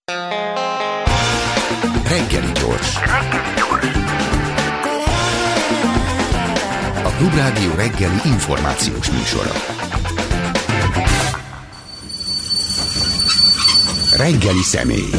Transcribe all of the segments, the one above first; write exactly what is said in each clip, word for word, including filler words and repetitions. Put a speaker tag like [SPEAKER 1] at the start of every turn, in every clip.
[SPEAKER 1] Reggeli gyors. A Klubrádió reggeli információs műsora. Reggeli személy.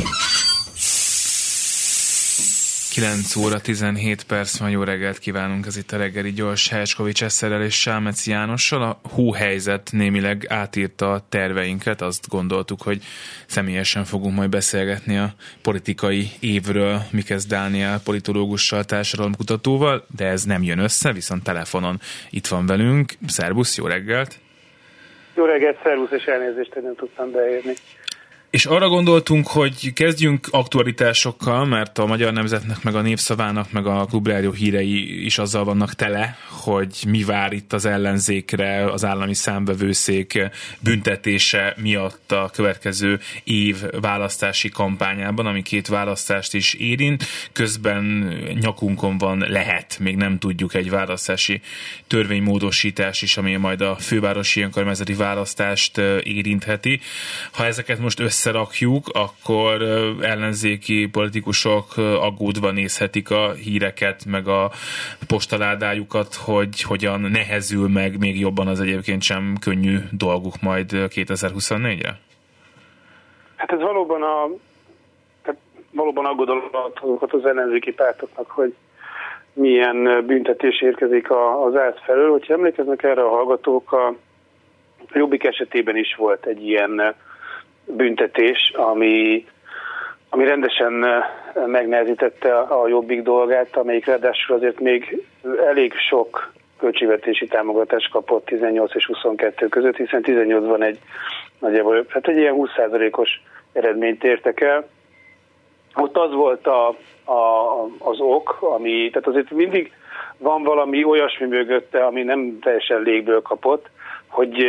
[SPEAKER 2] kilenc óra tizenhét perc van, jó reggelt kívánunk, ez itt a Reggeli gyors Helyskovics Eszterrel és Selmeci Jánossal. A hóhelyzet némileg átírta a terveinket, azt gondoltuk, hogy személyesen fogunk majd beszélgetni a politikai évről Mikesz Dániel politológussal, társadalomkutatóval, de ez nem jön össze, viszont telefonon itt van velünk. Szervusz, jó reggelt!
[SPEAKER 3] Jó reggelt, szervusz, és elnézést, hogy nem tudtam beérni.
[SPEAKER 2] És arra gondoltunk, hogy kezdjünk aktualitásokkal, mert a Magyar Nemzetnek, meg a Népszavának, meg a Klubrádió hírei is azzal vannak tele, hogy mi vár itt az ellenzékre, az állami számvevőszék büntetése miatt a következő év választási kampányában, ami két választást is érint. Közben nyakunkon van, lehet, még nem tudjuk, egy választási törvénymódosítás is, ami majd a fővárosi önkormányzati választást érintheti. Ha ezeket most össze rakjuk, akkor ellenzéki politikusok aggódva nézhetik a híreket, meg a postaládájukat, hogy hogyan nehezül meg még jobban az egyébként sem könnyű dolguk majd kétezer-huszonnégyre?
[SPEAKER 3] Hát ez valóban a tehát valóban aggodalmat az ellenzéki pártoknak, hogy milyen büntetés érkezik az ÁSZ felől. Hogyha emlékeznek erre a hallgatók, a Jobbik esetében is volt egy ilyen büntetés, ami, ami rendesen megnehezítette a Jobbik dolgát, amelyik ráadásul azért még elég sok költségvetési támogatást kapott tizennyolc és huszonkettő között, hiszen tizennyolcban egy nagyjából, hát egy ilyen húsz százalékos eredményt értek el. Ott az volt a, a, az ok, ami, tehát azért mindig van valami olyasmi mögötte, ami nem teljesen légből kapott, hogy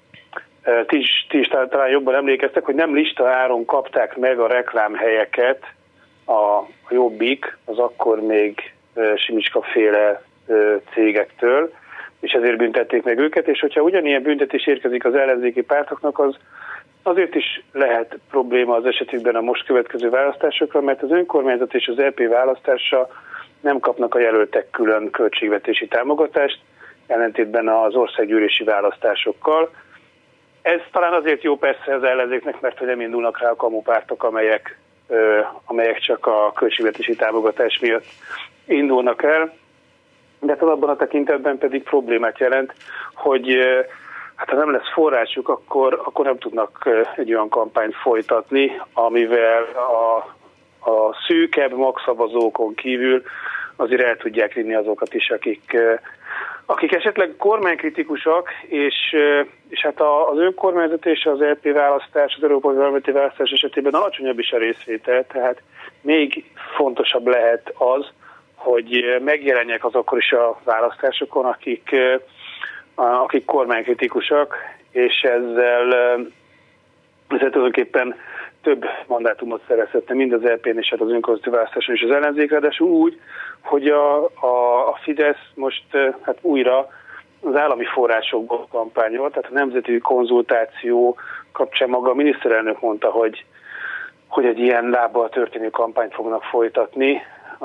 [SPEAKER 3] Ti is, ti is talán jobban emlékeztek, hogy nem lista áron kapták meg a reklámhelyeket a Jobbik, az akkor még Simicska féle cégektől, és ezért büntették meg őket, és hogyha ugyanilyen büntetés érkezik az ellenzéki pártoknak, az azért is lehet probléma az esetükben a most következő választásokra, mert az önkormányzat és az é pé választása nem kapnak a jelöltek külön költségvetési támogatást, ellentétben az országgyűlési választásokkal. Ez talán azért jó persze az ellenzéknek, mert hogy nem indulnak rá a kamupártok, amelyek, ö, amelyek csak a költségvetési támogatás miatt indulnak el. De hát abban a tekintetben pedig problémát jelent, hogy ö, hát ha nem lesz forrásuk, akkor, akkor nem tudnak ö, egy olyan kampányt folytatni, amivel a, a szűkebb magszavazókon kívül azért el tudják vinni azokat is, akik... Ö, akik esetleg kormánykritikusak, és, és hát az önkormányzat és az é pé választás, az európai parlamenti választás esetében alacsonyabb is a részvétel, tehát még fontosabb lehet az, hogy megjelenjek azokkor is a választásokon, akik, akik kormánykritikusak, és ezzel, ezzel tulajdonképpen több mandátumot szerezhetne mind az é pén és hát az önkormányzati választáson és az ellenzék, ráadásul úgy, hogy a, a, a Fidesz most hát újra az állami forrásokból kampányol, tehát a nemzeti konzultáció kapcsán maga a miniszterelnök mondta, hogy, hogy egy ilyen lábbal történő kampányt fognak folytatni a,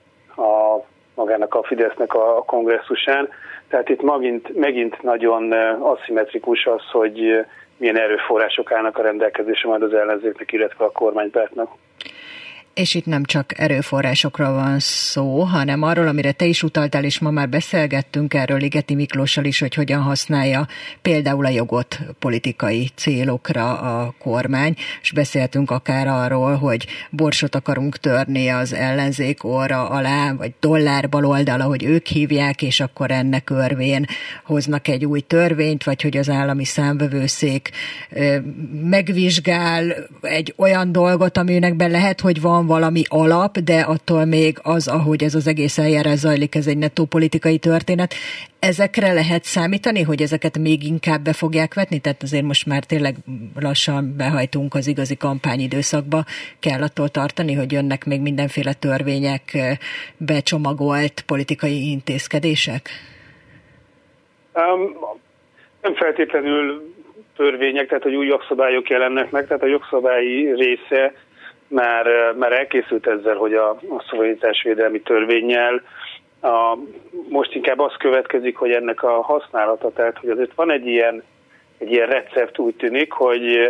[SPEAKER 3] a magának a Fidesznek a kongresszusán. Tehát itt megint, megint nagyon aszimmetrikus az, hogy milyen erőforrások állnak a rendelkezésre majd az ellenzéknek, illetve a kormánypártnak.
[SPEAKER 4] És itt nem csak erőforrásokról van szó, hanem arról, amire te is utaltál, és ma már beszélgettünk erről Ligeti Miklóssal is, hogy hogyan használja például a jogot politikai célokra a kormány, és beszéltünk akár arról, hogy borsot akarunk törni az ellenzék orra alá, vagy dollár baloldal, ahogy ők hívják, és akkor ennek örvén hoznak egy új törvényt, vagy hogy az állami számvevőszék megvizsgál egy olyan dolgot, aminek be lehet, hogy van valami alap, de attól még az, ahogy ez az egész eljárás zajlik, ez egy nettó politikai történet. Ezekre lehet számítani, hogy ezeket még inkább be fogják vetni? Tehát azért most már tényleg lassan behajtunk az igazi kampányidőszakba. Kell attól tartani, hogy jönnek még mindenféle törvények, becsomagolt politikai intézkedések?
[SPEAKER 3] Um, nem feltétlenül törvények, tehát hogy új jogszabályok jelennek meg, tehát a jogszabályi része már, már elkészült ezzel, hogy a, a szuverenitásvédelmi törvénnyel a, most inkább az következik, hogy ennek a használata, tehát hogy azért van egy ilyen, egy ilyen recept, úgy tűnik, hogy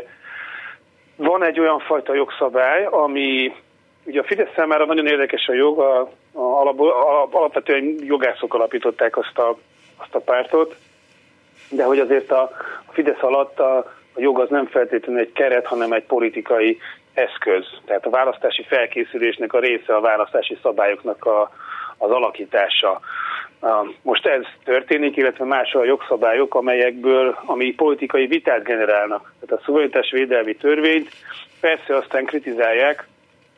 [SPEAKER 3] van egy olyan fajta jogszabály, ami ugye a Fidesz számára nagyon érdekes a jog, a, a alap, alapvetően jogászok alapították azt a, azt a pártot, de hogy azért a, a Fidesz alatt a, a jog az nem feltétlenül egy keret, hanem egy politikai eszköz. Tehát a választási felkészülésnek a része a választási szabályoknak a, az alakítása. Most ez történik, illetve más a jogszabályok, amelyekből, ami politikai vitát generálnak. Tehát a szuverenitásvédelmi törvényt persze aztán kritizálják,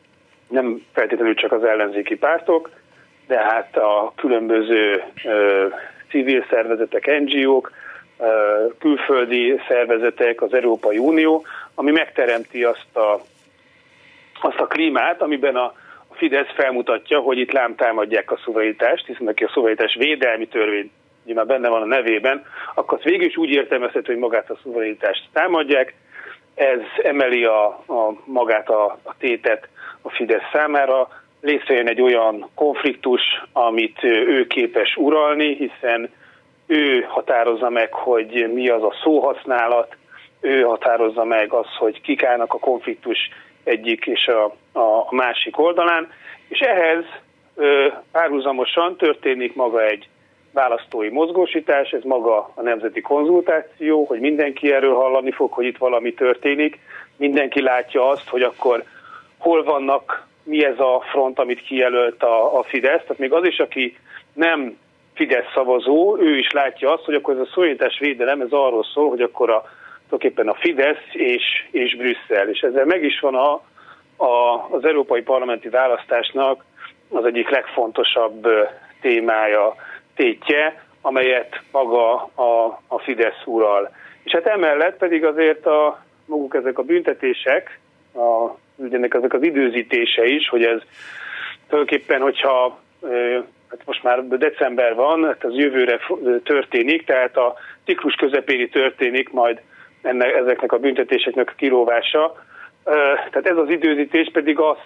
[SPEAKER 3] nem feltétlenül csak az ellenzéki pártok, de hát a különböző ö, civil szervezetek, en gé ók, ö, külföldi szervezetek, az Európai Unió, ami megteremti azt a, azt a klímát, amiben a Fidesz felmutatja, hogy itt lám támadják a szuverenitást, hiszen neki a szuverenitás védelmi törvény ugye már benne van a nevében, akkor végül is úgy értelmezhető, hogy magát a szuverenitást támadják. Ez emeli a, a magát a, a tétet a Fidesz számára, létrejön egy olyan konfliktus, amit ő képes uralni, hiszen ő határozza meg, hogy mi az a szóhasználat, ő határozza meg az, hogy kik állnak a konfliktus egyik és a, a másik oldalán, és ehhez ö, párhuzamosan történik maga egy választói mozgósítás, ez maga a nemzeti konzultáció, hogy mindenki erről hallani fog, hogy itt valami történik, mindenki látja azt, hogy akkor hol vannak, mi ez a front, amit kijelölt a, a Fidesz, tehát még az is, aki nem Fidesz szavazó, ő is látja azt, hogy akkor ez a szuverenitásvédelem, ez arról szól, hogy akkor a tulajdonképpen a Fidesz és, és Brüsszel. És ezzel meg is van a, a, az európai parlamenti választásnak az egyik legfontosabb témája, tétje, amelyet maga a, a Fidesz ural. És hát emellett pedig azért a, maguk ezek a büntetések, a, ennek ezek az időzítése is, hogy ez tulajdonképpen, hogyha hát most már december van, hát az jövőre történik, tehát a ciklus közepéri történik majd ennek, ezeknek a büntetéseknek a kiróvása. Tehát ez az időzítés pedig azt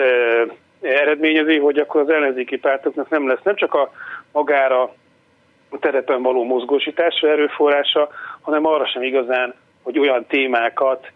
[SPEAKER 3] eredményezi, hogy akkor az ellenzéki pártoknak nem lesz nem csak a magára a terepen való mozgósításra erőforrása, hanem arra sem igazán, hogy olyan témákat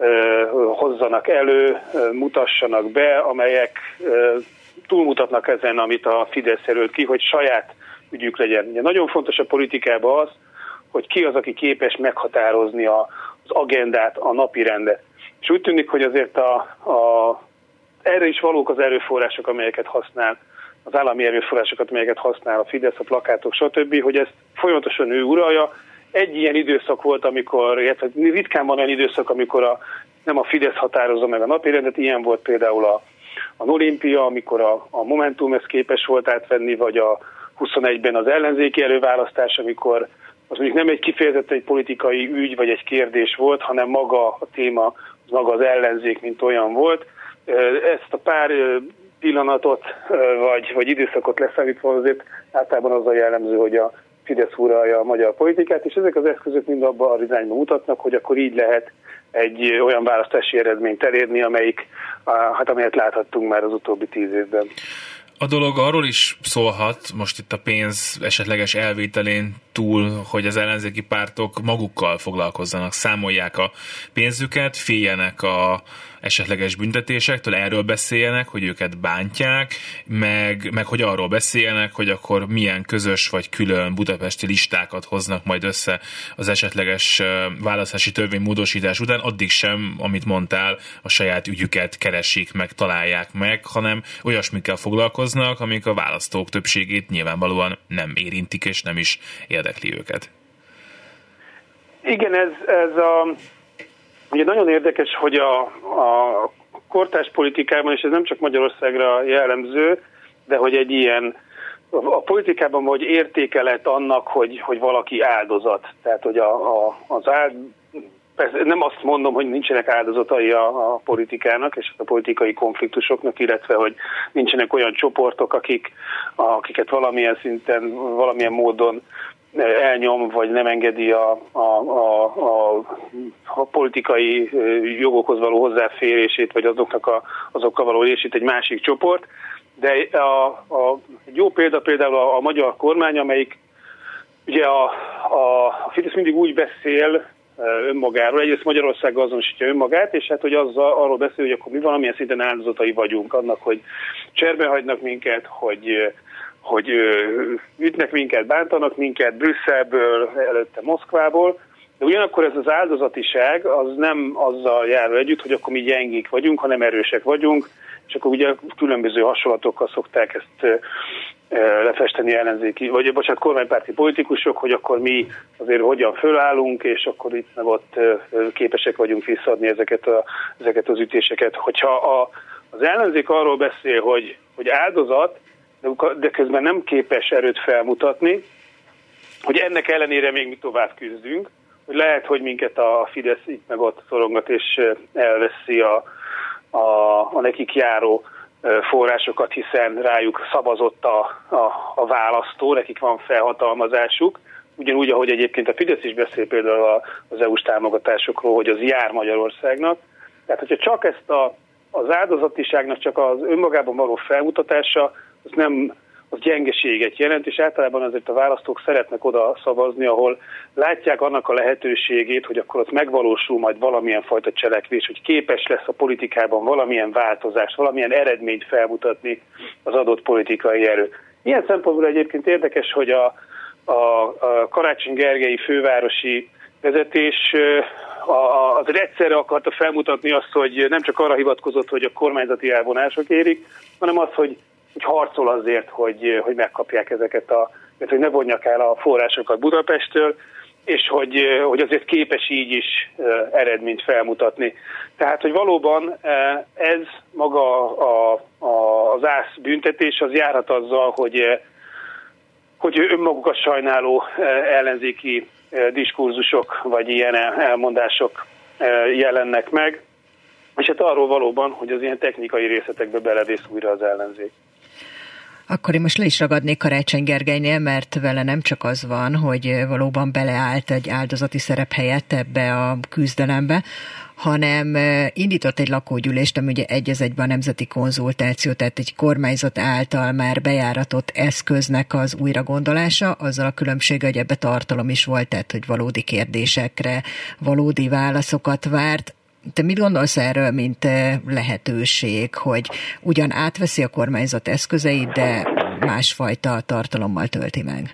[SPEAKER 3] hozzanak elő, mutassanak be, amelyek túlmutatnak ezen, amit a Fidesz jelölt ki, hogy saját ügyük legyen. Ugye nagyon fontos a politikában az, hogy ki az, aki képes meghatározni a, az agendát, a napirendet. És úgy tűnik, hogy azért a, a, erre is valók az erőforrások, amelyeket használ, az állami erőforrásokat, amelyeket használ a Fidesz, a plakátok, stb., hogy ezt folyamatosan ő uralja. Egy ilyen időszak volt, amikor, illetve ritkán van olyan időszak, amikor a, nem a Fidesz határozza meg a napirendet, ilyen volt például a, a Olimpia, amikor a, a Momentum ezt képes volt átvenni, vagy a huszonegyben az ellenzéki előválasztás, amikor az mondjuk nem egy kifejezetten egy politikai ügy, vagy egy kérdés volt, hanem maga a téma, maga az ellenzék, mint olyan volt. Ezt a pár pillanatot, vagy, vagy időszakot leszámítva azért általában az a jellemző, hogy a Fidesz uralja a magyar politikát, és ezek az eszközök mind abban a irányba mutatnak, hogy akkor így lehet egy olyan választási eredményt elérni, amelyik, hát amelyet láthattunk már az utóbbi tíz évben.
[SPEAKER 2] A dolog arról is szólhat, most itt a pénz esetleges elvételén túl, hogy az ellenzéki pártok magukkal foglalkozzanak, számolják a pénzüket, féljenek a esetleges büntetésektől, erről beszéljenek, hogy őket bántják, meg, meg hogy arról beszéljenek, hogy akkor milyen közös vagy külön budapesti listákat hoznak majd össze az esetleges választási törvénymódosítás után, addig sem, amit mondtál, a saját ügyüket keresik meg, találják meg, hanem olyasmikkel foglalkoznak, amik a választók többségét nyilvánvalóan nem érintik, és nem is érdekli őket.
[SPEAKER 3] Igen, ez, ez a ugye nagyon érdekes, hogy a, a kortárs politikában, és ez nem csak Magyarországra jellemző, de hogy egy ilyen, a politikában vagy értékelet annak, hogy, hogy valaki áldozat. Tehát, hogy a, a, az áld, persze nem azt mondom, hogy nincsenek áldozatai a, a politikának és a politikai konfliktusoknak, illetve, hogy nincsenek olyan csoportok, akik, akiket valamilyen szinten, valamilyen módon elnyom, vagy nem engedi a, a, a, a, a politikai jogokhoz való hozzáférését, vagy azoknak a, azokkal való részét egy másik csoport. De a, a, egy jó példa például a, a magyar kormány, amelyik ugye a, a, a Fidesz mindig úgy beszél önmagáról, egyrészt Magyarországgal azonosítja önmagát, és hát hogy azzal, arról beszél, hogy akkor mi valamilyen szinten áldozatai vagyunk annak, hogy cserben hagynak minket, hogy hogy ütnek minket, bántanak minket Brüsszelből, előtte Moszkvából, de ugyanakkor ez az áldozatiság az nem azzal jár együtt, hogy akkor mi gyengék vagyunk, hanem erősek vagyunk, és akkor ugye különböző hasonlatokkal szokták ezt lefesteni ellenzéki, vagy bocsánat, kormánypárti politikusok, hogy akkor mi azért hogyan fölállunk, és akkor itt meg ott képesek vagyunk visszaadni ezeket, a, ezeket az ütéseket. Hogyha a, az ellenzék arról beszél, hogy, hogy áldozat, de közben nem képes erőt felmutatni, hogy ennek ellenére még mi tovább küzdünk, hogy lehet, hogy minket a Fidesz itt meg ott szorongat és elveszi a, a, a nekik járó forrásokat, hiszen rájuk szavazott a, a, a választó, nekik van felhatalmazásuk, ugyanúgy, ahogy egyébként a Fidesz is beszél például az é u-s támogatásokról, hogy az jár Magyarországnak. Tehát, hogyha csak ezt a, az áldozatiságnak csak az önmagában való felmutatása, az nem az gyengeséget jelent, és általában azért a választók szeretnek oda szavazni, ahol látják annak a lehetőségét, hogy akkor ott megvalósul majd valamilyen fajta cselekvés, hogy képes lesz a politikában valamilyen változást, valamilyen eredményt felmutatni az adott politikai erő. Ilyen szempontból egyébként érdekes, hogy a, a, a Karácsony Gergelyi fővárosi vezetés a, a, azért egyszerre akarta felmutatni azt, hogy nem csak arra hivatkozott, hogy a kormányzati elvonások érik, hanem az, hogy hogy harcol azért, hogy, hogy megkapják ezeket a, hogy ne vonjak el a forrásokat Budapesttől, és hogy, hogy azért képes így is eredményt felmutatni. Tehát, hogy valóban ez maga a, a, az ász büntetés az járhat azzal, hogy, hogy önmagukat sajnáló ellenzéki diskurzusok, vagy ilyen elmondások jelennek meg, és hát arról valóban, hogy az ilyen technikai részletekbe belevész újra az ellenzék.
[SPEAKER 4] Akkor én most le is ragadnék Karácsony Gergelynél, mert vele nem csak az van, hogy valóban beleállt egy áldozati szerep helyett ebbe a küzdelembe, hanem indított egy lakógyűlést, ami ugye egy az egyben a nemzeti konzultáció, tehát egy kormányzat által már bejáratott eszköznek az újragondolása, azzal a különbsége, hogy ebbe tartalom is volt, tehát hogy valódi kérdésekre valódi válaszokat várt. Te mit gondolsz erről, mint lehetőség, hogy ugyan átveszi a kormányzat eszközeit, de másfajta tartalommal tölti meg?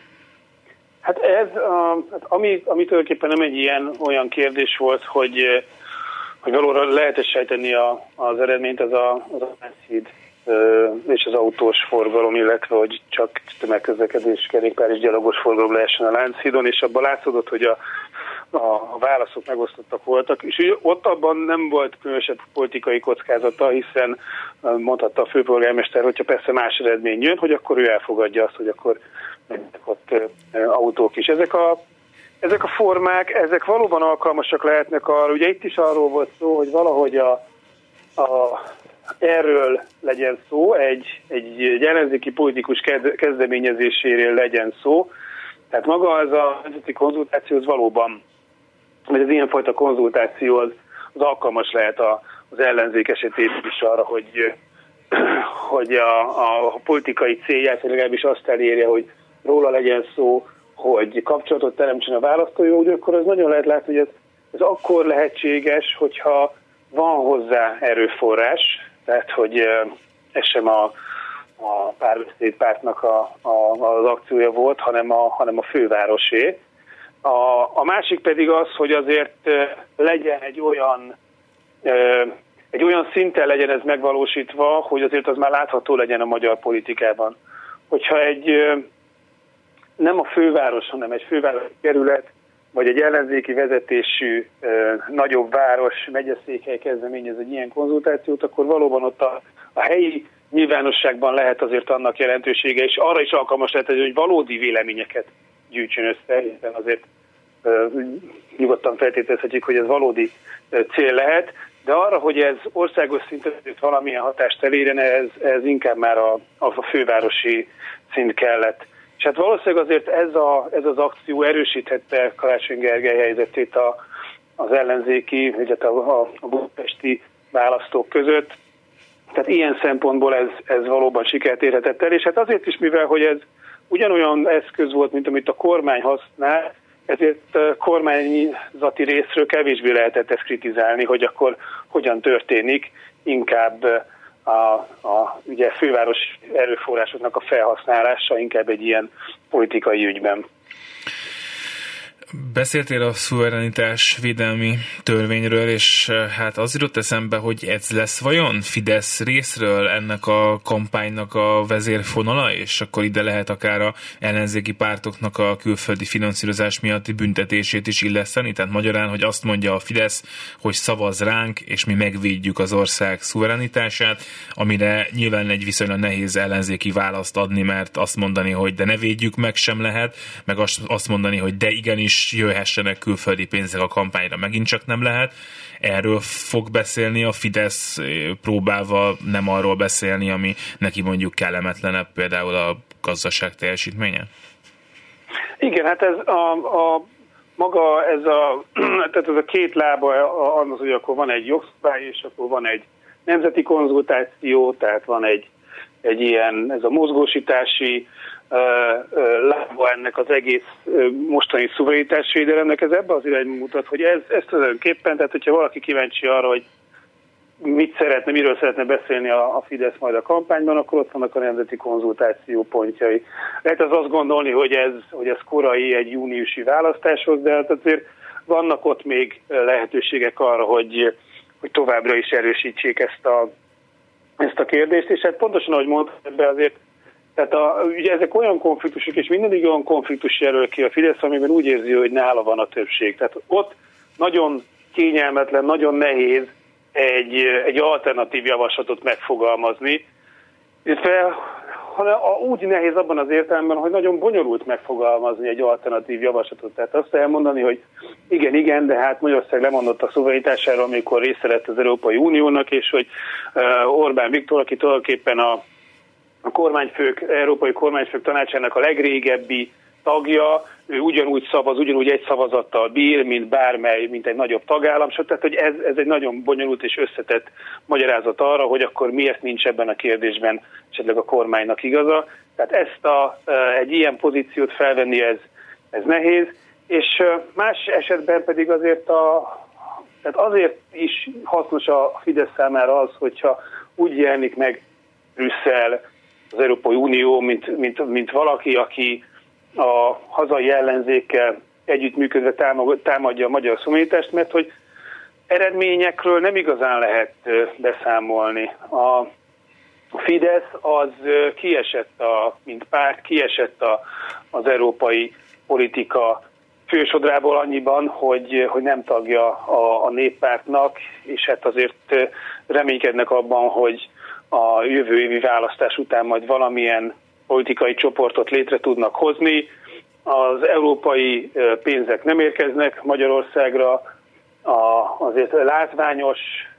[SPEAKER 3] Hát ez, a, ami, ami tulajdonképpen nem egy ilyen olyan kérdés volt, hogy, hogy valóra lehet sejteni a, az eredményt, az a, az a Lánchíd és az autós forgalom, illetve hogy csak tömegközlekedés, kerékpár és gyalogos forgalom lehessen a Lánchídon, és abban látszódott, hogy a a válaszok megosztottak voltak, és ott abban nem volt különösebb politikai kockázata, hiszen mondhatta a főpolgármester, hogyha persze más eredmény jön, hogy akkor ő elfogadja azt, hogy akkor ott autók is. Ezek a, ezek a formák, ezek valóban alkalmasak lehetnek arra, ugye itt is arról volt szó, hogy valahogy a, a erről legyen szó, egy, egy, egy ellenzéki politikus kezdeményezéséről legyen szó, tehát maga az a nemzeti konzultáció az valóban, vagy az ilyenfajta konzultáció az, az alkalmas lehet a, az ellenzék esetében is arra, hogy, hogy a, a politikai célját, vagy legalábbis azt elérje, hogy róla legyen szó, hogy kapcsolatot teremtsen a választója, ugyanakkor az nagyon lehet látni, hogy ez, ez akkor lehetséges, hogyha van hozzá erőforrás, tehát hogy ez sem a, a Párbeszéd Pártnak a, a, az akciója volt, hanem a, hanem a fővárosé. A, a másik pedig az, hogy azért legyen egy olyan, egy olyan szinten legyen ez megvalósítva, hogy azért az már látható legyen a magyar politikában. Hogyha egy nem a főváros, hanem egy fővárosi kerület, vagy egy ellenzéki vezetésű nagyobb város, megyeszékhely kezdeményez egy ilyen konzultációt, akkor valóban ott a, a helyi nyilvánosságban lehet azért annak jelentősége, és arra is alkalmas lehet, hogy valódi véleményeket gyűjtsön össze, hiszen azért uh, nyugodtan feltételezhetjük, hogy ez valódi uh, cél lehet, de arra, hogy ez országos szinten valamilyen hatást elérjen, ez, ez inkább már a, a fővárosi szint kellett. És hát valószínűleg azért ez, a, ez az akció erősíthette Karácsony Gergely helyzetét a, az ellenzéki, ugye a, a, a budapesti választók között. Tehát ilyen szempontból ez, ez valóban sikert érhetett el, és hát azért is, mivel hogy ez ugyanolyan eszköz volt, mint amit a kormány használ, ezért kormányzati részről kevésbé lehetett ezt kritizálni, hogy akkor hogyan történik, inkább a, a ugye főváros erőforrásoknak a felhasználása inkább egy ilyen politikai ügyben.
[SPEAKER 2] Beszéltél a szuverenitás védelmi törvényről, és hát az jutott eszembe, hogy ez lesz vajon Fidesz részről ennek a kampánynak a vezérfonala, és akkor ide lehet akár a ellenzéki pártoknak a külföldi finanszírozás miatti büntetését is illeszteni, tehát magyarán, hogy azt mondja a Fidesz, hogy szavaz ránk, és mi megvédjük az ország szuverenitását, amire nyilván egy viszonylag nehéz ellenzéki választ adni, mert azt mondani, hogy de ne védjük meg sem lehet, meg azt mondani, hogy de igenis jöhessenek külföldi pénzek a kampányra, megint csak nem lehet. Erről fog beszélni a Fidesz, próbálva nem arról beszélni, ami neki mondjuk kellemetlenebb, például a gazdaság teljesítménye?
[SPEAKER 3] Igen, hát ez a, a maga ez a, tehát ez a két lába az, hogy akkor van egy jogszabály, és akkor van egy nemzeti konzultáció, tehát van egy, egy ilyen, ez a mozgósítási lába ennek az egész mostani szuverenitásvédelemnek, ez ebbe az irányba mutat, hogy ez, ez tulajdonképpen, tehát hogyha valaki kíváncsi arra, hogy mit szeretne, miről szeretne beszélni a, a Fidesz majd a kampányban, akkor ott vannak a nemzeti konzultáció pontjai. Lehet az azt gondolni, hogy ez, hogy ez korai egy júniusi választáshoz, de hát azért vannak ott még lehetőségek arra, hogy, hogy továbbra is erősítsék ezt a, ezt a kérdést, és hát pontosan, ahogy mondtam, ebbe azért tehát a, ugye ezek olyan konfliktusok, és mindig olyan konfliktus jelöl ki a Fidesz, amiben úgy érzi, hogy nála van a többség. Tehát ott nagyon kényelmetlen, nagyon nehéz egy, egy alternatív javaslatot megfogalmazni. Illetve úgy nehéz abban az értelemben, hogy nagyon bonyolult megfogalmazni egy alternatív javaslatot. Tehát azt elmondani, hogy igen, igen, de hát Magyarország lemondott a szuverenitásáról, amikor része lett az Európai Uniónak, és hogy Orbán Viktor, aki tulajdonképpen a a kormányfők, Európai Kormányfők Tanácsának a legrégebbi tagja, ő ugyanúgy szavaz, ugyanúgy egy szavazattal bír, mint bármely, mint egy nagyobb tagállam, tehát hogy ez, ez egy nagyon bonyolult és összetett magyarázat arra, hogy akkor miért nincs ebben a kérdésben esetleg a kormánynak igaza. Tehát ezt a, egy ilyen pozíciót felvenni, ez, ez nehéz, és más esetben pedig azért, a, tehát azért is hasznos a Fidesz számára az, hogyha úgy jelenik meg Brüsszel, az Európai Unió, mint, mint, mint valaki, aki a hazai ellenzékkel együttműködve támadja a magyar szuverenitást, mert hogy eredményekről nem igazán lehet beszámolni. A Fidesz az kiesett, a, mint párt, kiesett a, az európai politika fősodrából annyiban, hogy, hogy nem tagja a, a néppártnak, és hát azért reménykednek abban, hogy a jövő évi választás után majd valamilyen politikai csoportot létre tudnak hozni. Az európai pénzek nem érkeznek Magyarországra, azért látványos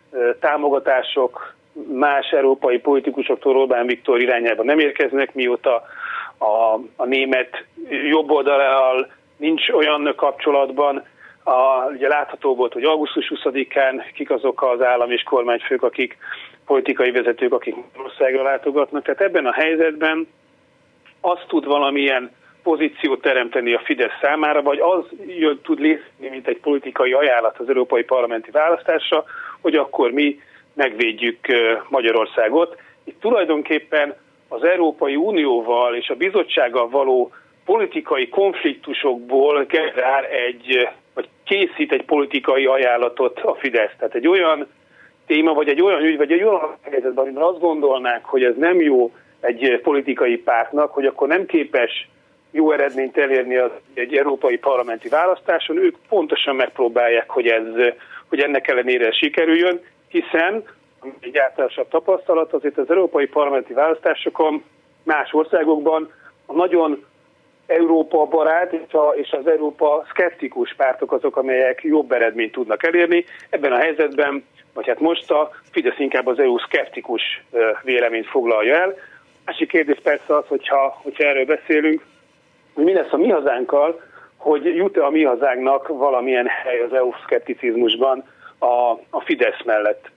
[SPEAKER 3] támogatások más európai politikusoktól Orbán Viktor irányába nem érkeznek, mióta a, a német jobboldallal nincs olyan kapcsolatban. A, ugye látható volt, hogy augusztus huszadikán kik azok az állam és kormányfők, akik politikai vezetők, akik Magyarországra látogatnak. Tehát ebben a helyzetben azt tud valamilyen pozíciót teremteni a Fidesz számára, vagy az jön, tud létezni, mint egy politikai ajánlat az európai parlamenti választásra, hogy akkor mi megvédjük Magyarországot. Itt tulajdonképpen az Európai Unióval és a bizottsággal való politikai konfliktusokból generál egy, vagy készít egy politikai ajánlatot a Fidesz. Tehát egy olyan téma, vagy egy olyan ügy, vagy egy olyan helyzetben, amiben azt gondolnák, hogy ez nem jó egy politikai pártnak, hogy akkor nem képes jó eredményt elérni az, egy európai parlamenti választáson, ők pontosan megpróbálják, hogy, ez, hogy ennek ellenére sikerüljön, hiszen egy általánosabb tapasztalat azért az európai parlamenti választásokon más országokban a nagyon Európa barát és az Európa szkeptikus pártok azok, amelyek jobb eredményt tudnak elérni. Ebben a helyzetben, vagy hát most a Fidesz inkább az é u szkeptikus véleményt foglalja el. Másik kérdés persze az, hogyha, hogyha erről beszélünk, hogy mi lesz a Mi Hazánkkal, hogy jut-e a Mi Hazánknak valamilyen hely az é u-szkepticizmusban a, a Fidesz mellett.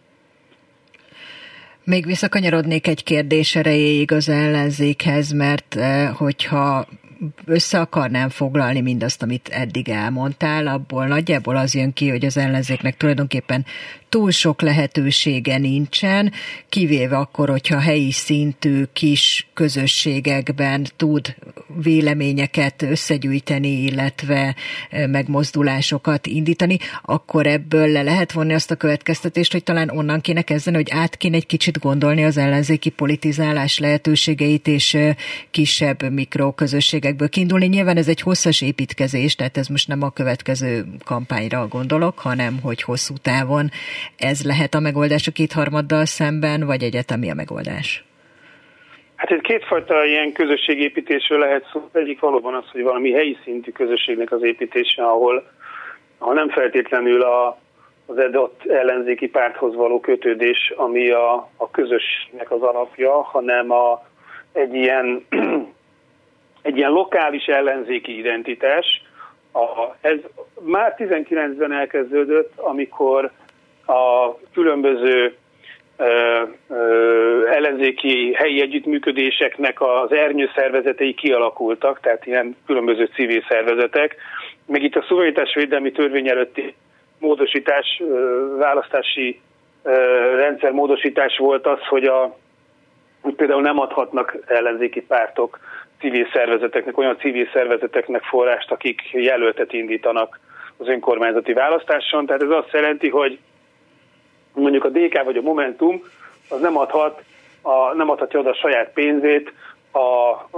[SPEAKER 4] Még visszakanyarodnék egy kérdés erejéig az ellenzékhez, mert hogyha össze akarnám foglalni mindazt, amit eddig elmondtál, abból nagyjából az jön ki, hogy az ellenzéknek tulajdonképpen túl sok lehetősége nincsen, kivéve akkor, hogyha helyi szintű kis közösségekben tud véleményeket összegyűjteni, illetve megmozdulásokat indítani, akkor ebből le lehet vonni azt a következtetést, hogy talán onnan kéne kezdeni, hogy át kéne egy kicsit gondolni az ellenzéki politizálás lehetőségeit, és kisebb mikroközösségekből kiindulni. Nyilván ez egy hosszas építkezés, tehát ez most nem a következő kampányra gondolok, hanem hogy hosszú távon ez lehet a megoldás a kétharmaddal szemben, vagy egyetemi a megoldás?
[SPEAKER 3] Hát itt kétfajta ilyen közösségépítésről lehet szó. Egyik valóban az, hogy valami helyi szintű közösségnek az építése, ahol, ahol nem feltétlenül a, az adott ellenzéki párthoz való kötődés, ami a, a közösnek az alapja, hanem a, egy, ilyen, egy ilyen lokális ellenzéki identitás. A, ez már tizenkilencben elkezdődött, amikor a különböző ö, ö, ellenzéki helyi együttműködéseknek az ernyőszervezetei kialakultak, tehát ilyen különböző civil szervezetek. Meg itt a szuverenitásvédelmi törvény előtti módosítás, ö, választási ö, rendszer módosítás volt az, hogy, a, hogy például nem adhatnak ellenzéki pártok civil szervezeteknek, olyan civil szervezeteknek forrást, akik jelöltet indítanak az önkormányzati választáson. Tehát ez azt jelenti, hogy mondjuk a dé ká vagy a Momentum az nem adhat, a, nem adhatja oda a saját pénzét, a, a,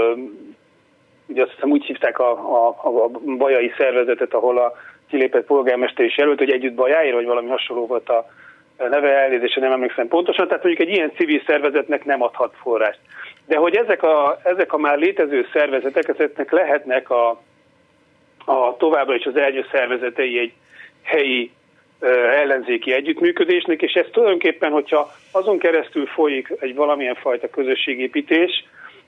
[SPEAKER 3] ugye azt hiszem úgy hívták a, a, a bajai szervezetet, ahol a kilépett polgármester is jelölt, hogy együtt Bajáért, vagy valami hasonló volt a neve, elnézésre nem emlékszem pontosan, tehát mondjuk egy ilyen civil szervezetnek nem adhat forrást. De hogy ezek a, ezek a már létező szervezetek, ezeknek lehetnek a, a továbbra is az ernyő szervezetei egy helyi ellenzéki együttműködésnek, és ez tulajdonképpen, hogyha azon keresztül folyik egy valamilyen fajta közösségépítés,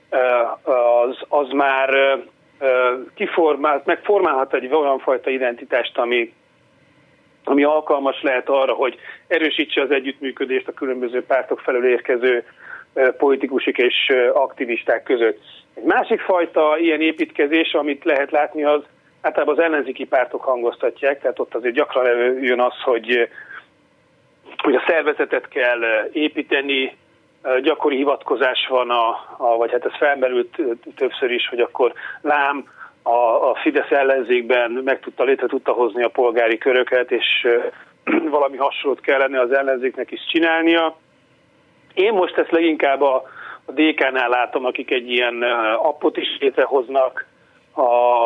[SPEAKER 3] az, az már kiformál, megformálhat egy olyan fajta identitást, ami, ami alkalmas lehet arra, hogy erősítse az együttműködést a különböző pártok felől érkező politikusok és aktivisták között. Egy másik fajta ilyen építkezés, amit lehet látni, az általában az ellenzéki pártok hangoztatják, tehát ott azért gyakran előjön az, hogy, hogy a szervezetet kell építeni, gyakori hivatkozás van, a, a, vagy hát ez felmerült többször is, hogy akkor lám a, a Fidesz ellenzékben meg tudta, létre tudta hozni a polgári köröket, és valami hasonlót kellene az ellenzéknek is csinálnia. Én most ezt leginkább a, a dé ká-nál látom, akik egy ilyen appot is létrehoznak, a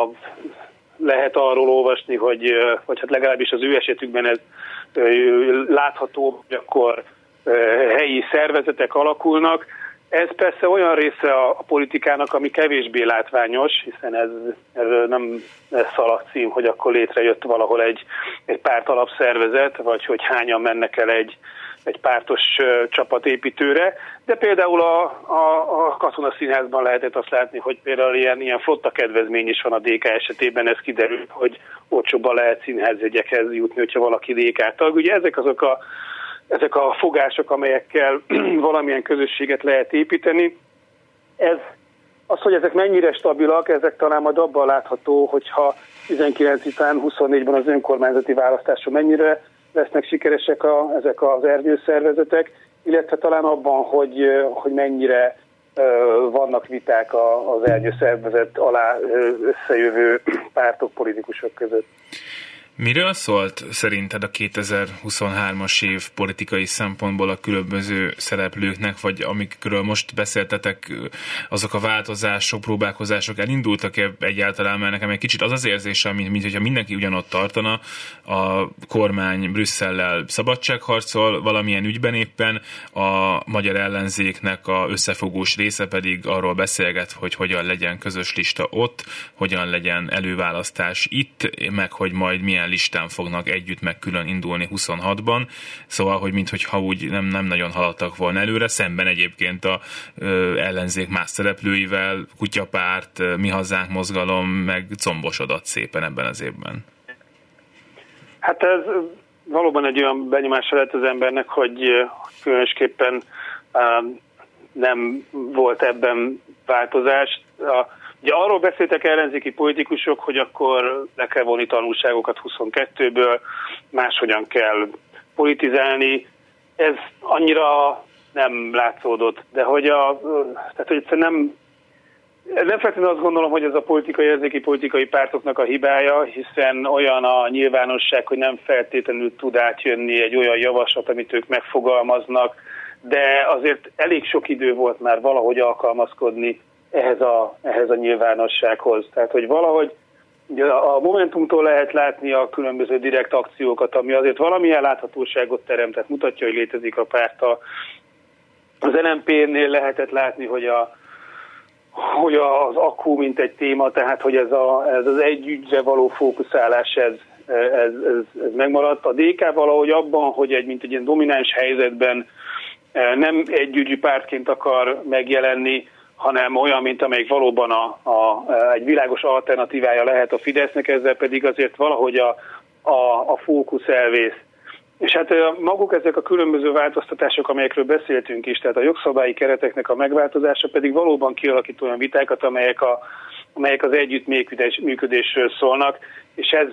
[SPEAKER 3] lehet arról olvasni, hogy, vagy hát legalábbis az ő esetükben ez látható, hogy akkor helyi szervezetek alakulnak. Ez persze olyan része a politikának, ami kevésbé látványos, hiszen ez, ez nem szalagcím, hogy akkor létrejött valahol egy, egy párt alapszervezet, vagy hogy hányan mennek el egy, egy pártos csapatépítőre, de például a, a, a Katonaszínházban lehetett azt látni, hogy például ilyen, ilyen flotta kedvezmény is van a dé ká esetében, ez kiderül, hogy olcsóbban lehet színházjegyekhez jutni, hogyha valaki dé ká tag. Ugye ezek azok a, ezek a fogások, amelyekkel valamilyen közösséget lehet építeni. Ez, az, hogy ezek mennyire stabilak, ezek talán majd abban látható, hogyha tizenkilenc után huszonnégyben az önkormányzati választáson mennyire lesznek sikeresek a, ezek az ernyőszervezetek, illetve talán abban, hogy, hogy mennyire uh, vannak viták a, az ernyőszervezet alá összejövő pártok, politikusok között.
[SPEAKER 2] Miről szólt szerinted a kétezer-huszonhármas év politikai szempontból a különböző szereplőknek, vagy amikről most beszéltetek, azok a változások, próbálkozások elindultak-e egyáltalán, mert nekem egy kicsit az az érzésem, mint, mint hogyha mindenki ugyanott tartana, a kormány Brüsszellel szabadságharcol valamilyen ügyben éppen, a magyar ellenzéknek a összefogós része pedig arról beszélget, hogy hogyan legyen közös lista ott, hogyan legyen előválasztás itt, meg hogy majd milyen milyen listán fognak együtt meg külön indulni huszonhatban, szóval, hogy minthogyha úgy nem, nem nagyon haladtak volna előre, szemben egyébként a ö, ellenzék más szereplőivel, Kutyapárt, Mi Hazánk mozgalom meg combosodott szépen ebben az évben.
[SPEAKER 3] Hát ez valóban egy olyan benyomása lett az embernek, hogy különösképpen uh, nem volt ebben változás. A, ugye arról beszéltek ellenzéki politikusok, hogy akkor le kell vonni tanulságokat huszonkettőből, máshogyan kell politizálni. Ez annyira nem látszódott, de hogy a, tehát hogy egyszerűen nem Nem feltétlenül azt gondolom, hogy ez a politikai, érzéki politikai pártoknak a hibája, hiszen olyan a nyilvánosság, hogy nem feltétlenül tud átjönni egy olyan javaslat, amit ők megfogalmaznak, de azért elég sok idő volt már valahogy alkalmazkodni ehhez a, ehhez a nyilvánossághoz. Tehát, hogy valahogy a Momentumtól lehet látni a különböző direkt akciókat, ami azért valamilyen láthatóságot teremt, tehát mutatja, hogy létezik a párt. Az en em pé-nél lehetett látni, hogy a hogy az akku mint egy téma, tehát hogy ez, a, ez az egy ügyre való fókuszálás, ez, ez, ez, ez megmaradt. A dé ká valahogy abban, hogy egy, mint egy ilyen domináns helyzetben nem együgyű pártként akar megjelenni, hanem olyan, mint amelyik valóban a, a, egy világos alternatívája lehet a Fidesznek, ezzel pedig azért valahogy a, a, a fókusz elvész. És hát maguk ezek a különböző változtatások, amelyekről beszéltünk is, tehát a jogszabályi kereteknek a megváltozása pedig valóban kialakít olyan vitákat, amelyek, a, amelyek az együttműködésről szólnak, és ez,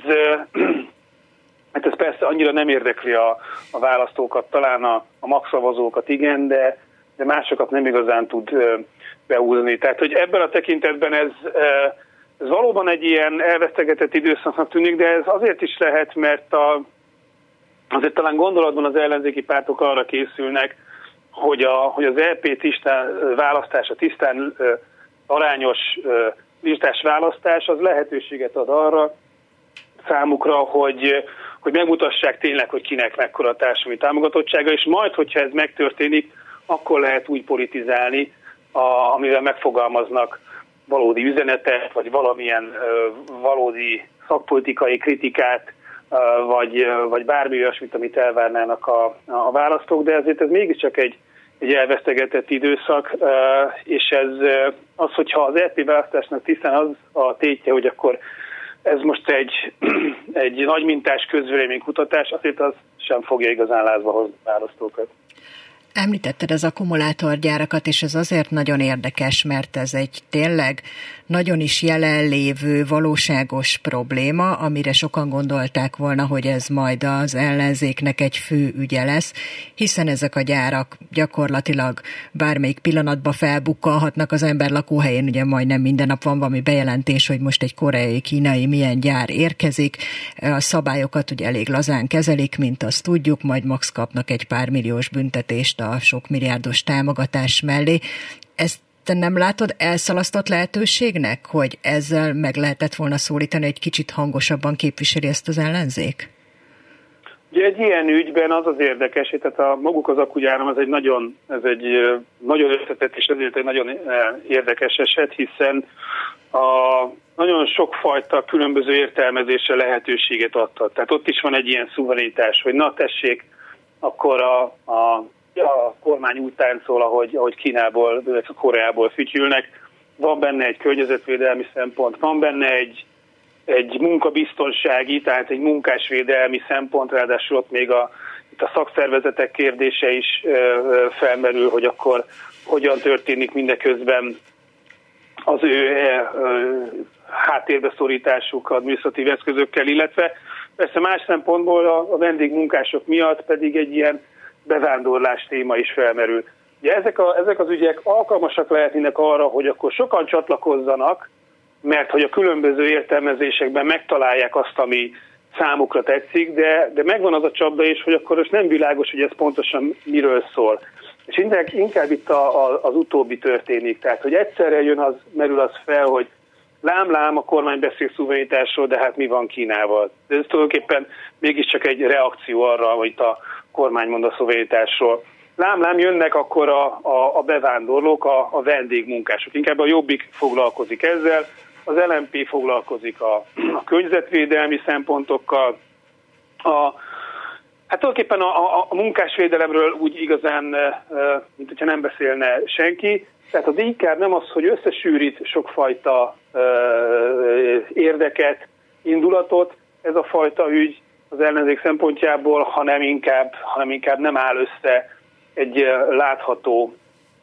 [SPEAKER 3] hát ez persze annyira nem érdekli a, a választókat, talán a, a magszavazókat igen, de, de másokat nem igazán tud beúzni. Tehát, hogy ebben a tekintetben ez, ez valóban egy ilyen elvesztegetett időszaknak tűnik, de ez azért is lehet, mert a azért talán gondolatban az ellenzéki pártok arra készülnek, hogy, a, hogy az é pé tisztán választása, tisztán ö, arányos ö, listás választás, az lehetőséget ad arra számukra, hogy, hogy megmutassák tényleg, hogy kinek mekkora a társadalmi támogatottsága, és majd, hogyha ez megtörténik, akkor lehet úgy politizálni, a, amivel megfogalmaznak valódi üzenetet, vagy valamilyen ö, valódi szakpolitikai kritikát, vagy, vagy bármi olyasmit, amit elvárnának a, a választók, de ezért ez mégiscsak egy, egy elvesztegetett időszak, és ez az, hogyha az é pé választásnak tisztán az a tétje, hogy akkor ez most egy, egy nagymintás közvéleménykutatás, azért az sem fogja igazán lázba hozni a választókat.
[SPEAKER 4] Említetted az akkumulátorgyárakat, és ez azért nagyon érdekes, mert ez egy tényleg nagyon is jelenlévő, valóságos probléma, amire sokan gondolták volna, hogy ez majd az ellenzéknek egy fő ügye lesz, hiszen ezek a gyárak gyakorlatilag bármelyik pillanatban felbukkalhatnak az ember lakóhelyén, ugye majdnem minden nap van valami bejelentés, hogy most egy koreai, kínai milyen gyár érkezik, a szabályokat ugye elég lazán kezelik, mint azt tudjuk, majd max kapnak egy pár milliós büntetést a sok milliárdos támogatás mellé. Ezt te nem látod elszalasztott lehetőségnek, hogy ezzel meg lehetett volna szólítani, egy kicsit hangosabban képviseli ezt az ellenzék?
[SPEAKER 3] Ugye egy ilyen ügyben az az érdekes, tehát a maguk az akkugyáram, ez egy nagyon, ez egy nagyon összetett és ezért egy nagyon érdekes eset, hiszen a nagyon sokfajta különböző értelmezésre lehetőséget adhat. Tehát ott is van egy ilyen szuverenitás, hogy na tessék, akkor a, a a kormány úgy táncol, ahogy, ahogy Kínából, illetve Koreából fütyülnek. Van benne egy környezetvédelmi szempont, van benne egy, egy munkabiztonsági, tehát egy munkásvédelmi szempont, ráadásul ott még a, itt a szakszervezetek kérdése is ö, ö, felmerül, hogy akkor hogyan történik mindeközben az ő ö, ö, háttérbe szorításuk adminisztratív eszközökkel, illetve persze más szempontból a, a vendégmunkások miatt pedig egy ilyen bevándorlás téma is felmerül. Ugye ezek, a, ezek az ügyek alkalmasak lehetnének arra, hogy akkor sokan csatlakozzanak, mert hogy a különböző értelmezésekben megtalálják azt, ami számukra tetszik, de, de megvan az a csapda is, hogy akkor most nem világos, hogy ez pontosan miről szól. És inkább, inkább itt a, a, az utóbbi történik. Tehát, hogy egyszerre jön az, merül az fel, hogy lám-lám, a kormány beszél szuverenitásról, de hát mi van Kínával? De ez tulajdonképpen mégiscsak egy reakció arra, hogy itt a kormány mond a szuverenitásról. Lám-lám jönnek akkor a, a, a bevándorlók, a, a vendégmunkások. Inkább a Jobbik foglalkozik ezzel, az el em pé foglalkozik a, a környezetvédelmi szempontokkal, a, hát tulajdonképpen a, a, a munkásvédelemről úgy igazán, mint hogyha nem beszélne senki, tehát az inkább nem az, hogy összesűrít sokfajta érdeket, indulatot, ez a fajta ügy az ellenzék szempontjából, hanem inkább, hanem inkább nem áll össze egy látható,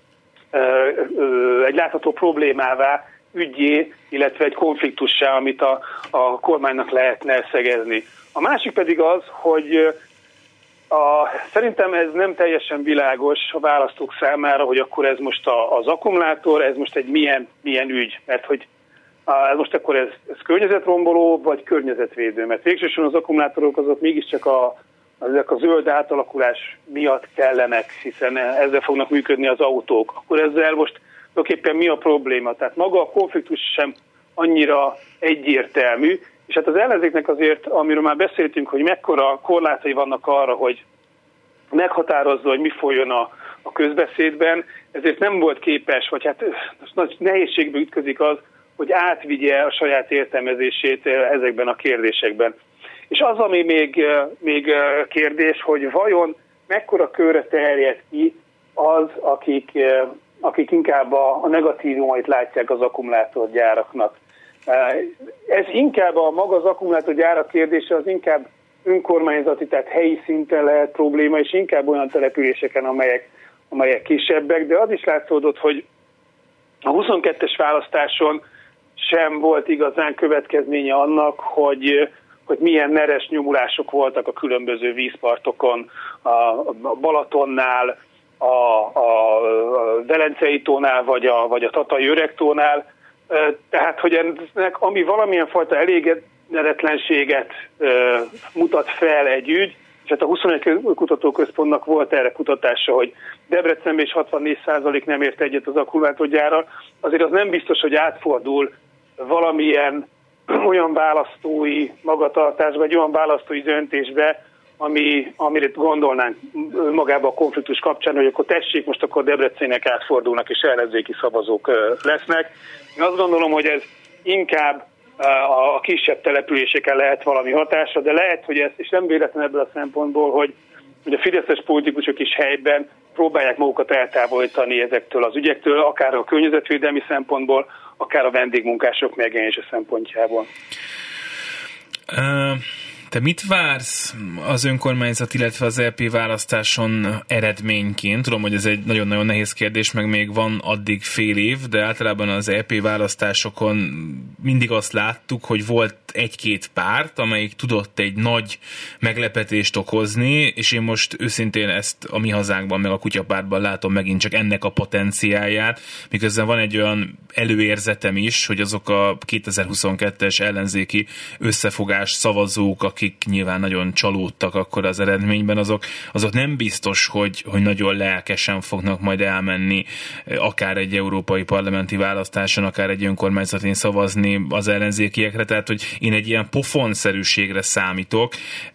[SPEAKER 3] egy látható problémává, ügyé, illetve egy konfliktussá, amit a, a kormánynak lehetne szegezni. A másik pedig az, hogy a, szerintem ez nem teljesen világos a választók számára, hogy akkor ez most a, az akkumulátor, ez most egy milyen, milyen ügy, mert hogy ez most akkor ez, ez környezetromboló, vagy környezetvédő, mert végsősorban az akkumulátorok azok mégiscsak a, ezek a zöld átalakulás miatt kellenek, hiszen ezzel fognak működni az autók. Akkor ezzel most tulajdonképpen mi a probléma? Tehát maga a konfliktus sem annyira egyértelmű, és hát az ellenzéknek azért, amiről már beszéltünk, hogy mekkora korlátai vannak arra, hogy meghatározza, hogy mi folyjon a, a közbeszédben, ezért nem volt képes, vagy hát nagy nehézségbe ütközik az, hogy átvigye a saját értelmezését ezekben a kérdésekben. És az, ami még, még kérdés, hogy vajon mekkora körre terjed ki az, akik, akik inkább a, a negatívumait látják az akkumulátorgyáraknak. Ez inkább a maga az akkumulátorgyárak kérdése, az inkább önkormányzati, tehát helyi szinten lehet probléma, és inkább olyan településeken, amelyek, amelyek kisebbek, de az is látszódott, hogy a huszonkettes választáson sem volt igazán következménye annak, hogy, hogy milyen neres nyomulások voltak a különböző vízpartokon, a Balatonnál, a, a Velencei tónál, vagy a, vagy a Tatai Öregtónál. Tehát, hogy ennek, ami valamilyen fajta elégedetlenséget mutat fel egy ügy, és hát a huszonegy kutatóközpontnak volt erre kutatása, hogy Debrecenben is hatvannégy százalék nem ért egyet az akkumulátorgyárral, azért az nem biztos, hogy átfordul valamilyen olyan választói magatartásba, vagy olyan választói döntésbe, ami, amire gondolnánk magába a konfliktus kapcsán, hogy akkor tessék, most akkor Debrecennek átfordulnak, és ellenzéki szavazók lesznek. Én azt gondolom, hogy ez inkább a kisebb településeken lehet valami hatása, de lehet, hogy ez, és nem véletlen ebből a szempontból, hogy, hogy a fideszes politikusok is helyben próbálják magukat eltávolítani ezektől az ügyektől, akár a környezetvédelmi szempontból, akár a vendégmunkások megjelenése szempontjából.
[SPEAKER 2] Uh... Te mit vársz az önkormányzat, illetve az é pé választáson eredményként? Tudom, hogy ez egy nagyon-nagyon nehéz kérdés, meg még van addig fél év, de általában az é pé választásokon mindig azt láttuk, hogy volt egy-két párt, amelyik tudott egy nagy meglepetést okozni, és én most őszintén ezt a Mi Hazánkban, meg a Kutyapártban látom megint csak ennek a potenciálját, miközben van egy olyan előérzetem is, hogy azok a kétezer-huszonkettes ellenzéki összefogás szavazók, akik nyilván nagyon csalódtak akkor az eredményben, azok, azok nem biztos, hogy, hogy nagyon lelkesen fognak majd elmenni akár egy európai parlamenti választáson, akár egy önkormányzatin szavazni az ellenzékiekre, tehát hogy én egy ilyen pofonszerűségre számítok.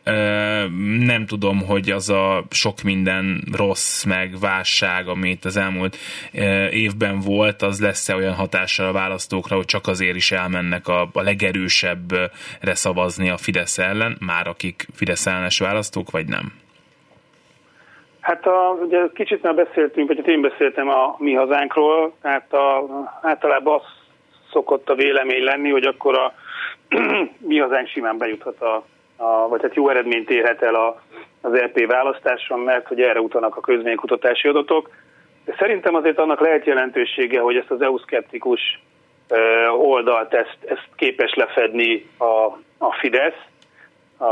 [SPEAKER 2] Nem tudom, hogy az a sok minden rossz, meg válság, amit az elmúlt évben volt, az lesz-e olyan hatással a választókra, hogy csak azért is elmennek a, a legerősebbre szavazni a Fidesz ellen, már akik Fidesz ellenes választók, vagy nem?
[SPEAKER 3] Hát a, ugye kicsit már beszéltünk, vagy én beszéltem a Mi Hazánkról, tehát a, általában az szokott a vélemény lenni, hogy akkor a Mi Hazánk simán bejuthat, a, a, vagy hát jó eredményt érhet el a, az é pé választáson, mert hogy erre utalnak a közvéleménykutatási adatok. De szerintem azért annak lehet jelentősége, hogy ezt az é u-szkeptikus oldalt ezt, ezt képes lefedni a, a Fidesz. A,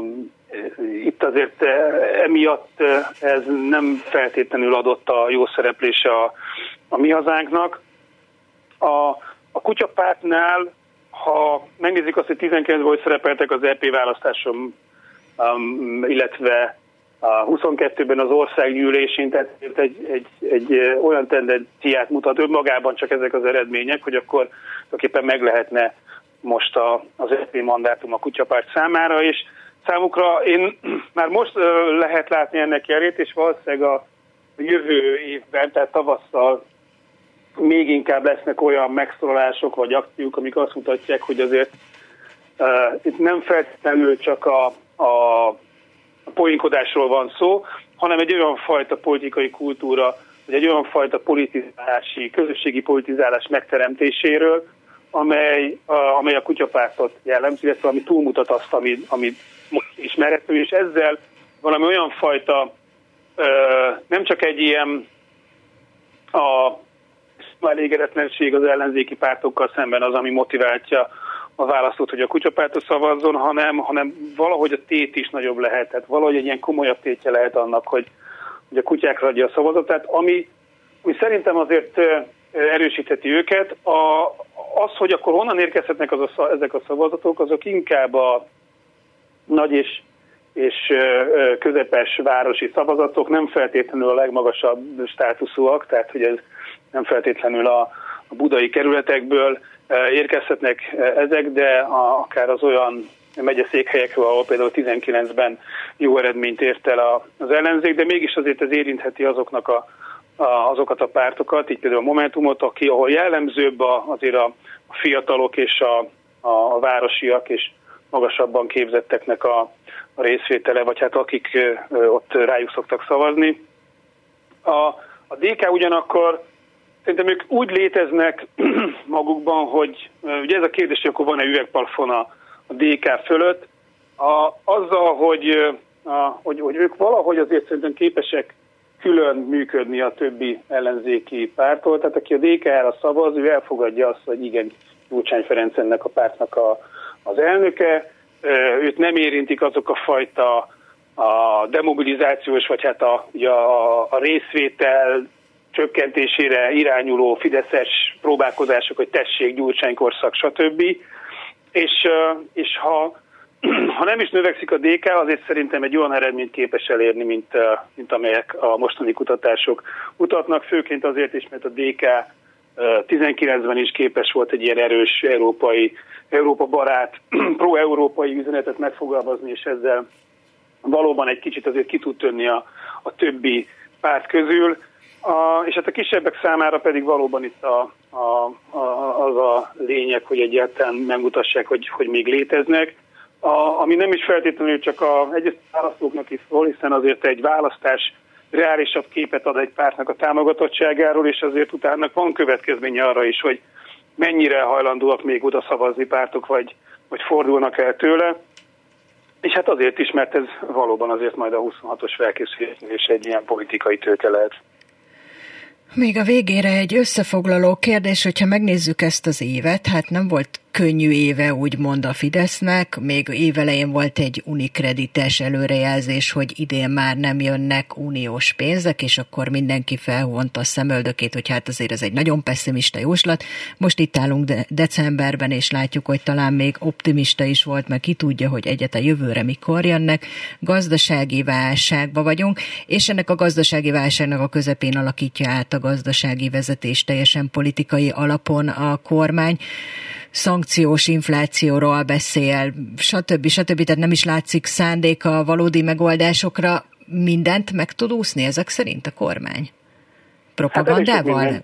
[SPEAKER 3] itt azért emiatt ez nem feltétlenül adott a jó szereplése a, a Mi Hazánknak. A, a Kutyapártnál, ha megnézzük azt, hogy tizenkilencben hogy szerepeltek az é pé választáson, um, illetve a huszonkettőben az országgyűlésén, tehát egy, egy, egy olyan tendenciát mutat önmagában csak ezek az eredmények, hogy akkor tulajdonképpen meg lehetne most a, az é pé mandátum a Kutyapárt számára, és számukra én már most lehet látni ennek jelét, és valószínűleg a jövő évben, tehát tavasszal még inkább lesznek olyan megszólalások vagy akciók, amik azt mutatják, hogy azért uh, itt nem feltétlenül csak a, a, a poénkodásról van szó, hanem egy olyan fajta politikai kultúra, vagy egy olyan fajta politizálási, közösségi politizálás megteremtéséről, amely a, amely a kutyapártot jellemzi, illetve ami túlmutat azt, ami, ami most ismerhető, és ezzel valami olyan fajta, ö, nem csak egy ilyen a elégedetlenség az ellenzéki pártokkal szemben az, ami motiválja a választót, hogy a kutyapártot szavazzon, hanem, hanem valahogy a tét is nagyobb lehet, tehát valahogy egy ilyen komolyabb tétje lehet annak, hogy, hogy a kutyákra adja a szavazatát, ami, ami szerintem azért erősítheti őket. A, az, hogy akkor honnan érkezhetnek az a, ezek a szavazatok, azok inkább a nagy és, és közepes városi szavazatok, nem feltétlenül a legmagasabb státuszúak, tehát hogy ez nem feltétlenül a, a budai kerületekből érkezhetnek ezek, de a, akár az olyan megyeszékhelyekről, ahol például tizenkilencben jó eredményt ért el az ellenzék, de mégis azért ez érintheti azoknak a, a, azokat a pártokat, így például a Momentumot, aki, ahol jellemzőbb a, azért a, a fiatalok és a, a, a városiak és magasabban képzetteknek a, a részvétele, vagy hát akik ott rájuk szoktak szavazni. A, a dé ká ugyanakkor szerintem ők úgy léteznek magukban, hogy ugye ez a kérdés, hogy akkor van-e üvegplafon a, a dé ká fölött, a, azzal, hogy, a, hogy, hogy ők valahogy azért szerintem képesek külön működni a többi ellenzéki pártól, tehát aki a dé ká-ra szavaz, ő elfogadja azt, hogy igen, Gyurcsány Ferenc ennek a pártnak a, az elnöke, őt nem érintik azok a fajta a demobilizációs, vagy hát a, a, a részvétel csökkentésére irányuló fideszes próbálkozások, hogy tessék, Gyurcsány korszak, stb. És, és ha, ha nem is növekszik a dé ká, azért szerintem egy olyan eredményt képes elérni, mint, mint amelyek a mostani kutatások mutatnak, főként azért is, mert a dé ká tizenkilencben is képes volt egy ilyen erős európai, Európa barát, pro-európai üzenetet megfogalmazni, és ezzel valóban egy kicsit azért ki tud tönni a, a többi párt közül. A, és hát a kisebbek számára pedig valóban itt a, a, a, az a lényeg, hogy egyáltalán megmutassák, hogy, hogy még léteznek. A, ami nem is feltétlenül csak a egyes választóknak is szól, hiszen azért egy választás reálisabb képet ad egy pártnak a támogatottságáról, és azért utána van következménye arra is, hogy mennyire hajlandóak még oda szavazni pártok, vagy, vagy fordulnak el tőle. És hát azért is, mert ez valóban azért majd a huszonhatos felkészülés egy ilyen politikai tőke lehet.
[SPEAKER 4] Még a végére egy összefoglaló kérdés, hogyha megnézzük ezt az évet, hát nem volt könnyű éve úgymond a Fidesznek, még évelején volt egy unikredites előrejelzés, hogy idén már nem jönnek uniós pénzek, és akkor mindenki felvonta a szemöldökét, hogy hát azért ez egy nagyon pesszimista jóslat. Most itt állunk de- decemberben, és látjuk, hogy talán még optimista is volt, mert ki tudja, hogy egyáltalán jövőre mikor jönnek. Gazdasági válságba vagyunk, és ennek a gazdasági válságnak a közepén alakítja át a gazdasági vezetés teljesen politikai alapon a kormány. Szankciós inflációról beszél, stb. stb. Tehát nem is látszik szándék a valódi megoldásokra. Mindent meg tud úszni ezek szerint a kormány? Propagandával?
[SPEAKER 3] Hát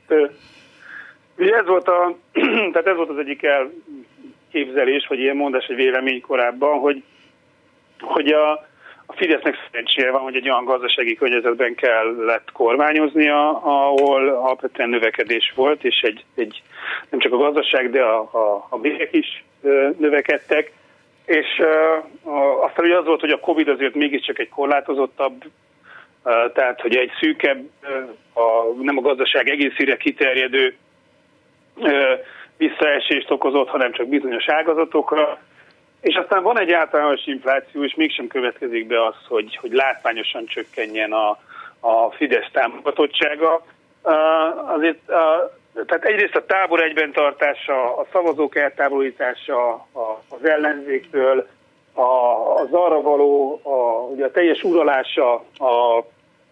[SPEAKER 3] ugye ez volt, a, tehát ez volt az egyik elképzelés, vagy ilyen mondás, vagy vélemény korábban, hogy, hogy a, a Fidesznek szerencséje van, hogy egy olyan gazdasági környezetben kellett kormányoznia, ahol alapvetően növekedés volt, és egy, egy nem csak a gazdaság, de a, a, a bérek is ö, növekedtek, és ö, aztán ugye az volt, hogy a Covid azért mégiscsak egy korlátozottabb, ö, tehát hogy egy szűkebb, ö, a, nem a gazdaság egészére kiterjedő ö, visszaesést okozott, hanem csak bizonyos ágazatokra. És aztán van egy általános infláció, és mégsem következik be az, hogy, hogy látványosan csökkenjen a, a Fidesz támogatottsága. Uh, azért, uh, tehát egyrészt a tábor egyben tartása, a szavazók eltávolítása a, az ellenzéktől, a, az arra való, a, ugye a teljes uralása a,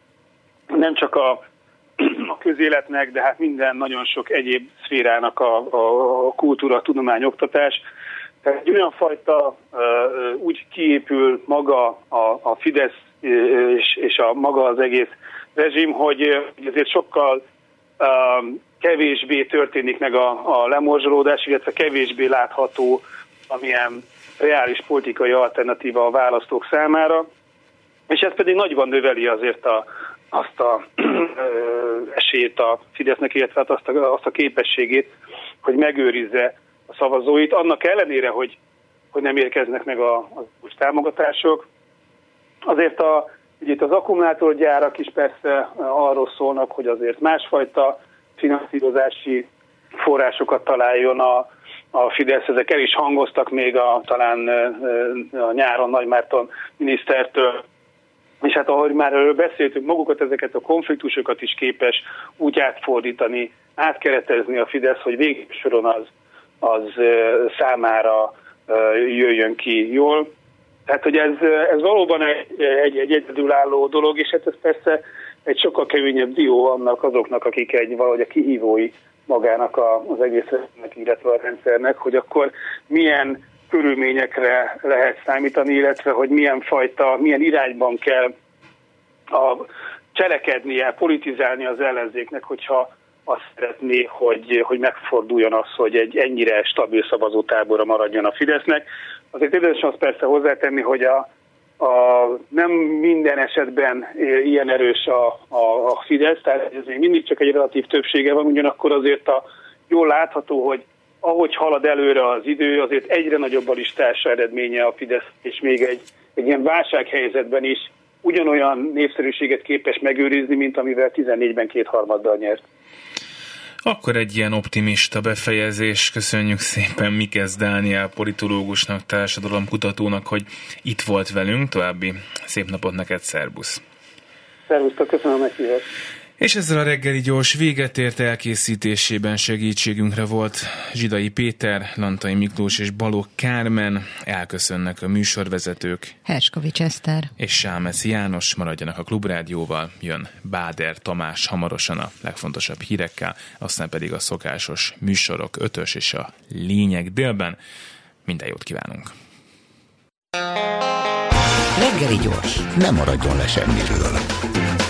[SPEAKER 3] nem csak a, a közéletnek, de hát minden nagyon sok egyéb szférának a, a, a kultúra, a tudomány, oktatás. Tehát egy olyan fajta uh, úgy kiépül maga a, a Fidesz és, és a maga az egész rezsim, hogy uh, azért sokkal uh, kevésbé történik meg a, a lemorzsolódás, illetve kevésbé látható amilyen reális politikai alternatíva a választók számára, és ez pedig nagyban növeli azért a, azt a ö, esélyt a Fidesznek, illetve azt a, azt a képességét, hogy megőrizze a szavazóit, annak ellenére, hogy, hogy nem érkeznek meg a, a támogatások. Azért a, ugye itt az akkumulátorgyárak is persze arról szólnak, hogy azért másfajta finanszírozási forrásokat találjon a, a Fidesz. Ezek el is hangoztak még a, talán a nyáron Nagymárton minisztertől. És hát ahogy már erről beszéltünk, magukat ezeket a konfliktusokat is képes úgy átfordítani, átkeretezni a Fidesz, hogy végül soron az, az számára jöjjön ki jól. Tehát, hogy ez, ez valóban egy, egy, egy egyedülálló dolog, és hát ez persze egy sokkal keményebb dió annak azoknak, akik egy valahogy a kihívói magának a, az egésznek, illetve a rendszernek, hogy akkor milyen körülményekre lehet számítani, illetve hogy milyen fajta, milyen irányban kell a cselekednie, politizálni az ellenzéknek, hogyha azt szeretné, hogy, hogy megforduljon az, hogy egy ennyire stabil szavazótábora maradjon a Fidesznek. Azért érdemes azt persze hozzátenni, hogy a, a, nem minden esetben ilyen erős a, a, a Fidesz, tehát ez még mindig csak egy relatív többsége van, ugyanakkor azért a, jól látható, hogy ahogy halad előre az idő, azért egyre nagyobb a listás eredménye a Fidesz, és még egy, egy ilyen válsághelyzetben is ugyanolyan népszerűséget képes megőrizni, mint amivel tizennégyben kétharmaddal nyert.
[SPEAKER 2] Akkor egy ilyen optimista befejezés. Köszönjük szépen Mikesz Dániel politológusnak, társadalomkutatónak, hogy itt volt velünk. További szép napot neked, szervusz!
[SPEAKER 3] Szervusztok, köszönöm a meghívást!
[SPEAKER 2] És ezzel a reggeli gyors véget ért, elkészítésében segítségünkre volt Zsidai Péter, Lantai Miklós és Balogh Kármen. Elköszönnek a műsorvezetők.
[SPEAKER 4] Herskovics Eszter
[SPEAKER 2] és Sámeci János. Maradjanak a Klubrádióval. Jön Báder Tamás hamarosan a legfontosabb hírekkel, aztán pedig a szokásos műsorok ötös és a lényeg délben. Minden jót kívánunk!
[SPEAKER 1] Reggeli gyors, ne maradjon le semmiről.